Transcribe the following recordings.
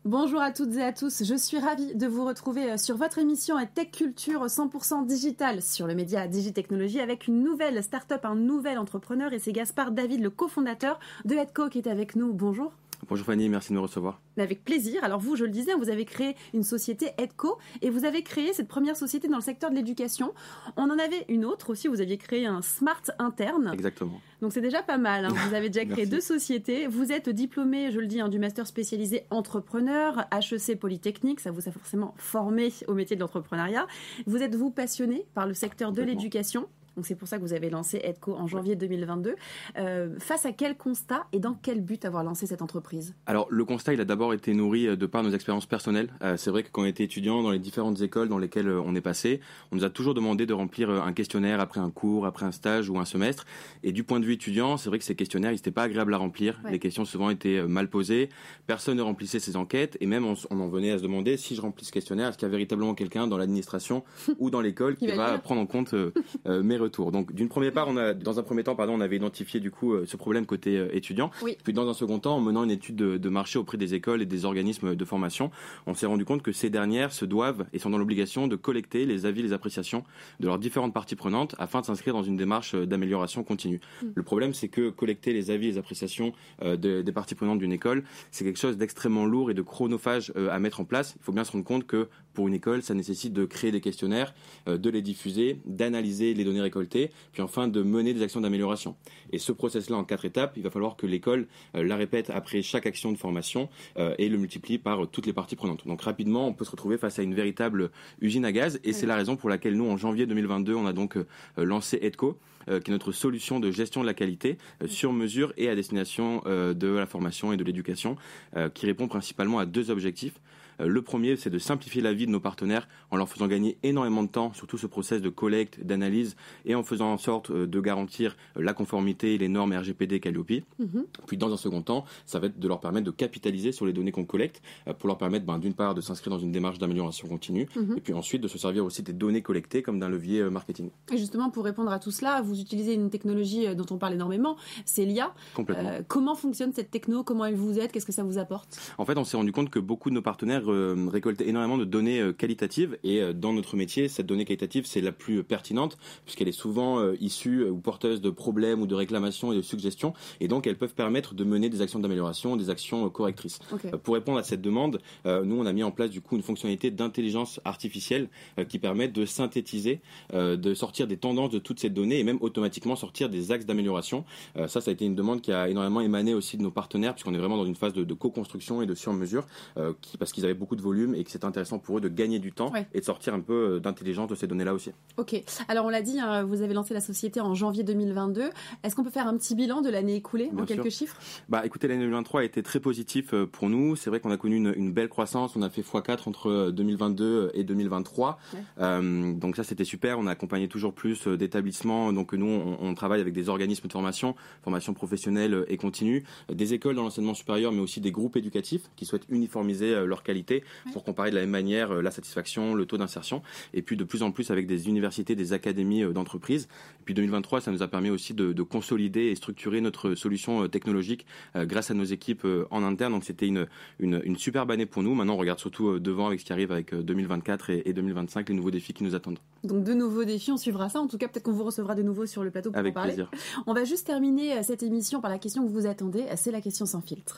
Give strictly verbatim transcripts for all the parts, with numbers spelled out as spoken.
Bonjour à toutes et à tous, je suis ravie de vous retrouver sur votre émission Tech Culture cent pour cent Digital sur le média Digitechnologie avec une nouvelle start-up, un nouvel entrepreneur et c'est Gaspard David, le cofondateur de Edco qui est avec nous. Bonjour. Bonjour Fanny, merci de me recevoir. Avec plaisir. Alors vous, je le disais, vous avez créé une société Edco et vous avez créé cette première société dans le secteur de l'éducation. On en avait une autre aussi, vous aviez créé un Smart Interne. Exactement. Donc c'est déjà pas mal, hein. Vous avez déjà créé deux sociétés. Vous êtes diplômé, je le dis, hein, du master spécialisé entrepreneur, H E C Polytechnique, ça vous a forcément formé au métier de l'entrepreneuriat. Vous êtes, vous, passionné par le secteur de l'éducation. Donc c'est pour ça que vous avez lancé Edco en janvier deux mille vingt-deux. Euh, face à quel constat et dans quel but avoir lancé cette entreprise ? Alors le constat, il a d'abord été nourri de par nos expériences personnelles. Euh, c'est vrai que quand on était étudiant dans les différentes écoles dans lesquelles on est passé, on nous a toujours demandé de remplir un questionnaire après un cours, après un stage ou un semestre. Et du point de vue étudiant, c'est vrai que ces questionnaires, ils n'étaient pas agréables à remplir. Ouais. Les questions souvent étaient mal posées. Personne ne remplissait ces enquêtes et même on, on en venait à se demander si je remplis ce questionnaire, est-ce qu'il y a véritablement quelqu'un dans l'administration ou dans l'école qui va dire. prendre en compte euh, euh, mes retours. Donc d'une première part, on a, dans un premier temps, pardon, on avait identifié du coup ce problème côté euh, étudiant. Oui. Puis dans un second temps, en menant une étude de, de marché auprès des écoles et des organismes de formation, on s'est rendu compte que ces dernières se doivent et sont dans l'obligation de collecter les avis, les appréciations de leurs différentes parties prenantes afin de s'inscrire dans une démarche d'amélioration continue. Mmh. Le problème, c'est que collecter les avis, les appréciations euh, de, des parties prenantes d'une école, c'est quelque chose d'extrêmement lourd et de chronophage euh, à mettre en place. Il faut bien se rendre compte que pour une école, ça nécessite de créer des questionnaires, euh, de les diffuser, d'analyser les données récoltées, puis enfin de mener des actions d'amélioration. Et ce process-là en quatre étapes, il va falloir que l'école euh, la répète après chaque action de formation euh, et le multiplie par euh, toutes les parties prenantes. Donc rapidement, on peut se retrouver face à une véritable usine à gaz et oui. C'est la raison pour laquelle nous, en janvier deux mille vingt-deux, on a donc euh, lancé Edco, euh, qui est notre solution de gestion de la qualité euh, sur mesure et à destination euh, de la formation et de l'éducation, euh, qui répond principalement à deux objectifs. Le premier, c'est de simplifier la vie de nos partenaires en leur faisant gagner énormément de temps sur tout ce process de collecte, d'analyse et en faisant en sorte de garantir la conformité et les normes R G P D Calliope. Mm-hmm. Puis dans un second temps, ça va être de leur permettre de capitaliser sur les données qu'on collecte pour leur permettre ben, d'une part de s'inscrire dans une démarche d'amélioration continue mm-hmm. et puis ensuite de se servir aussi des données collectées comme d'un levier marketing. Et justement, pour répondre à tout cela, vous utilisez une technologie dont on parle énormément, c'est l'I A. Complètement. Euh, comment fonctionne cette techno ? Comment elle vous aide ? Qu'est-ce que ça vous apporte ? En fait, on s'est rendu compte que beaucoup de nos partenaires récolter énormément de données euh, qualitatives et euh, dans notre métier, cette donnée qualitative, c'est la plus pertinente puisqu'elle est souvent euh, issue euh, ou porteuse de problèmes ou de réclamations et de suggestions et donc elles peuvent permettre de mener des actions d'amélioration, des actions euh, correctrices. Okay. Euh, pour répondre à cette demande, euh, nous on a mis en place du coup une fonctionnalité d'intelligence artificielle euh, qui permet de synthétiser, euh, de sortir des tendances de toutes ces données et même automatiquement sortir des axes d'amélioration. Euh, ça, ça a été une demande qui a énormément émané aussi de nos partenaires puisqu'on est vraiment dans une phase de, de co-construction et de sur-mesure euh, qui, parce qu'ils avaient beaucoup de volume et que c'est intéressant pour eux de gagner du temps ouais. et de sortir un peu d'intelligence de ces données-là aussi. Ok. Alors on l'a dit, hein, vous avez lancé la société en janvier deux mille vingt-deux. Est-ce qu'on peut faire un petit bilan de l'année écoulée Bien en quelques sûr. chiffres ? Bah, écoutez, l'année deux mille vingt-trois a été très positif pour nous. C'est vrai qu'on a connu une, une belle croissance. On a fait fois quatre entre deux mille vingt-deux et deux mille vingt-trois. Ouais. Euh, donc ça, c'était super. On a accompagné toujours plus d'établissements. Donc nous, on, on travaille avec des organismes de formation, formation professionnelle et continue, des écoles dans l'enseignement supérieur, mais aussi des groupes éducatifs qui souhaitent uniformiser leur qualité ouais. pour comparer de la même manière la satisfaction, le taux d'insertion, et puis de plus en plus avec des universités, des académies d'entreprise. Et puis deux mille vingt-trois, ça nous a permis aussi de, de consolider et structurer notre solution technologique euh, grâce à nos équipes euh, en interne. Donc c'était une, une, une superbe année pour nous. Maintenant, on regarde surtout euh, devant avec ce qui arrive avec euh, deux mille vingt-quatre et, et deux mille vingt-cinq, les nouveaux défis qui nous attendent. Donc de nouveaux défis, on suivra ça. En tout cas, peut-être qu'on vous recevra de nouveau sur le plateau pour avec en parler. Plaisir. On va juste terminer cette émission par la question que vous attendez. C'est la question sans filtre.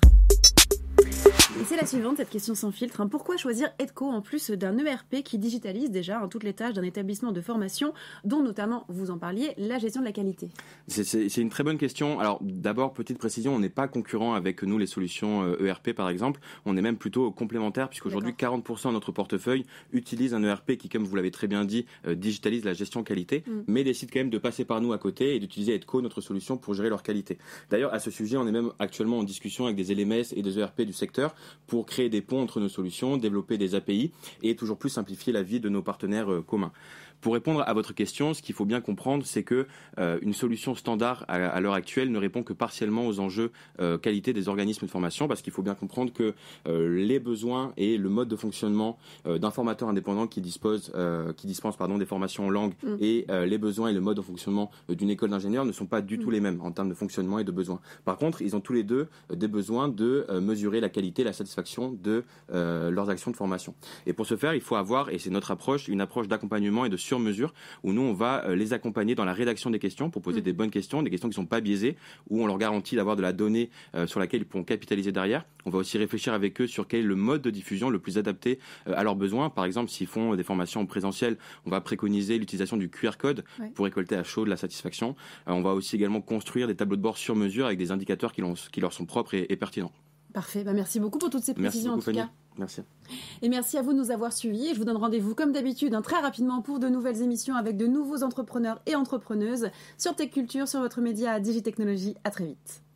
Et c'est la suivante, cette question sans filtre. Pourquoi choisir Edco en plus d'un E R P qui digitalise déjà hein, toutes les tâches d'un établissement de formation, dont notamment, vous en parliez, la gestion de la qualité ? c'est, c'est, c'est une très bonne question. Alors d'abord, petite précision, on n'est pas concurrent avec nous les solutions E R P par exemple. On est même plutôt complémentaires puisqu'aujourd'hui D'accord. quarante pour cent de notre portefeuille utilise un E R P qui, comme vous l'avez très bien dit, euh, digitalise la gestion qualité, mm. mais décide quand même de passer par nous à côté et d'utiliser Edco, notre solution, pour gérer leur qualité. D'ailleurs, à ce sujet, on est même actuellement en discussion avec des L M S et des E R P du secteur pour créer des ponts entre nos solutions, développer des A P I et toujours plus simplifier la vie de nos partenaires euh, communs. Pour répondre à votre question, ce qu'il faut bien comprendre, c'est que euh, une solution standard à, à l'heure actuelle ne répond que partiellement aux enjeux euh, qualité des organismes de formation, parce qu'il faut bien comprendre que euh, les besoins et le mode de fonctionnement euh, d'un formateur indépendant qui dispose, euh, qui dispense pardon, des formations en langue mmh. et euh, les besoins et le mode de fonctionnement d'une école d'ingénieurs ne sont pas du mmh. tout les mêmes en termes de fonctionnement et de besoins. Par contre, ils ont tous les deux euh, des besoins de euh, mesurer la qualité et la satisfaction de euh, leurs actions de formation. Et pour ce faire, il faut avoir, et c'est notre approche, une approche d'accompagnement et de sur-mesure, où nous, on va euh, les accompagner dans la rédaction des questions pour poser mmh. des bonnes questions, des questions qui ne sont pas biaisées, où on leur garantit d'avoir de la donnée euh, sur laquelle ils pourront capitaliser derrière. On va aussi réfléchir avec eux sur quel est le mode de diffusion le plus adapté euh, à leurs besoins. Par exemple, s'ils font des formations en présentiel, on va préconiser l'utilisation du Q R code ouais. pour récolter à chaud de la satisfaction. Euh, on va aussi également construire des tableaux de bord sur mesure avec des indicateurs qui, qui leur sont propres et, et pertinents. Parfait, bah merci beaucoup pour toutes ces précisions merci beaucoup, en tout Fanny. cas. Merci. Et merci à vous de nous avoir suivis. Et je vous donne rendez-vous comme d'habitude hein, très rapidement pour de nouvelles émissions avec de nouveaux entrepreneurs et entrepreneuses sur Tech Culture, sur votre média Digitechnologie. À très vite.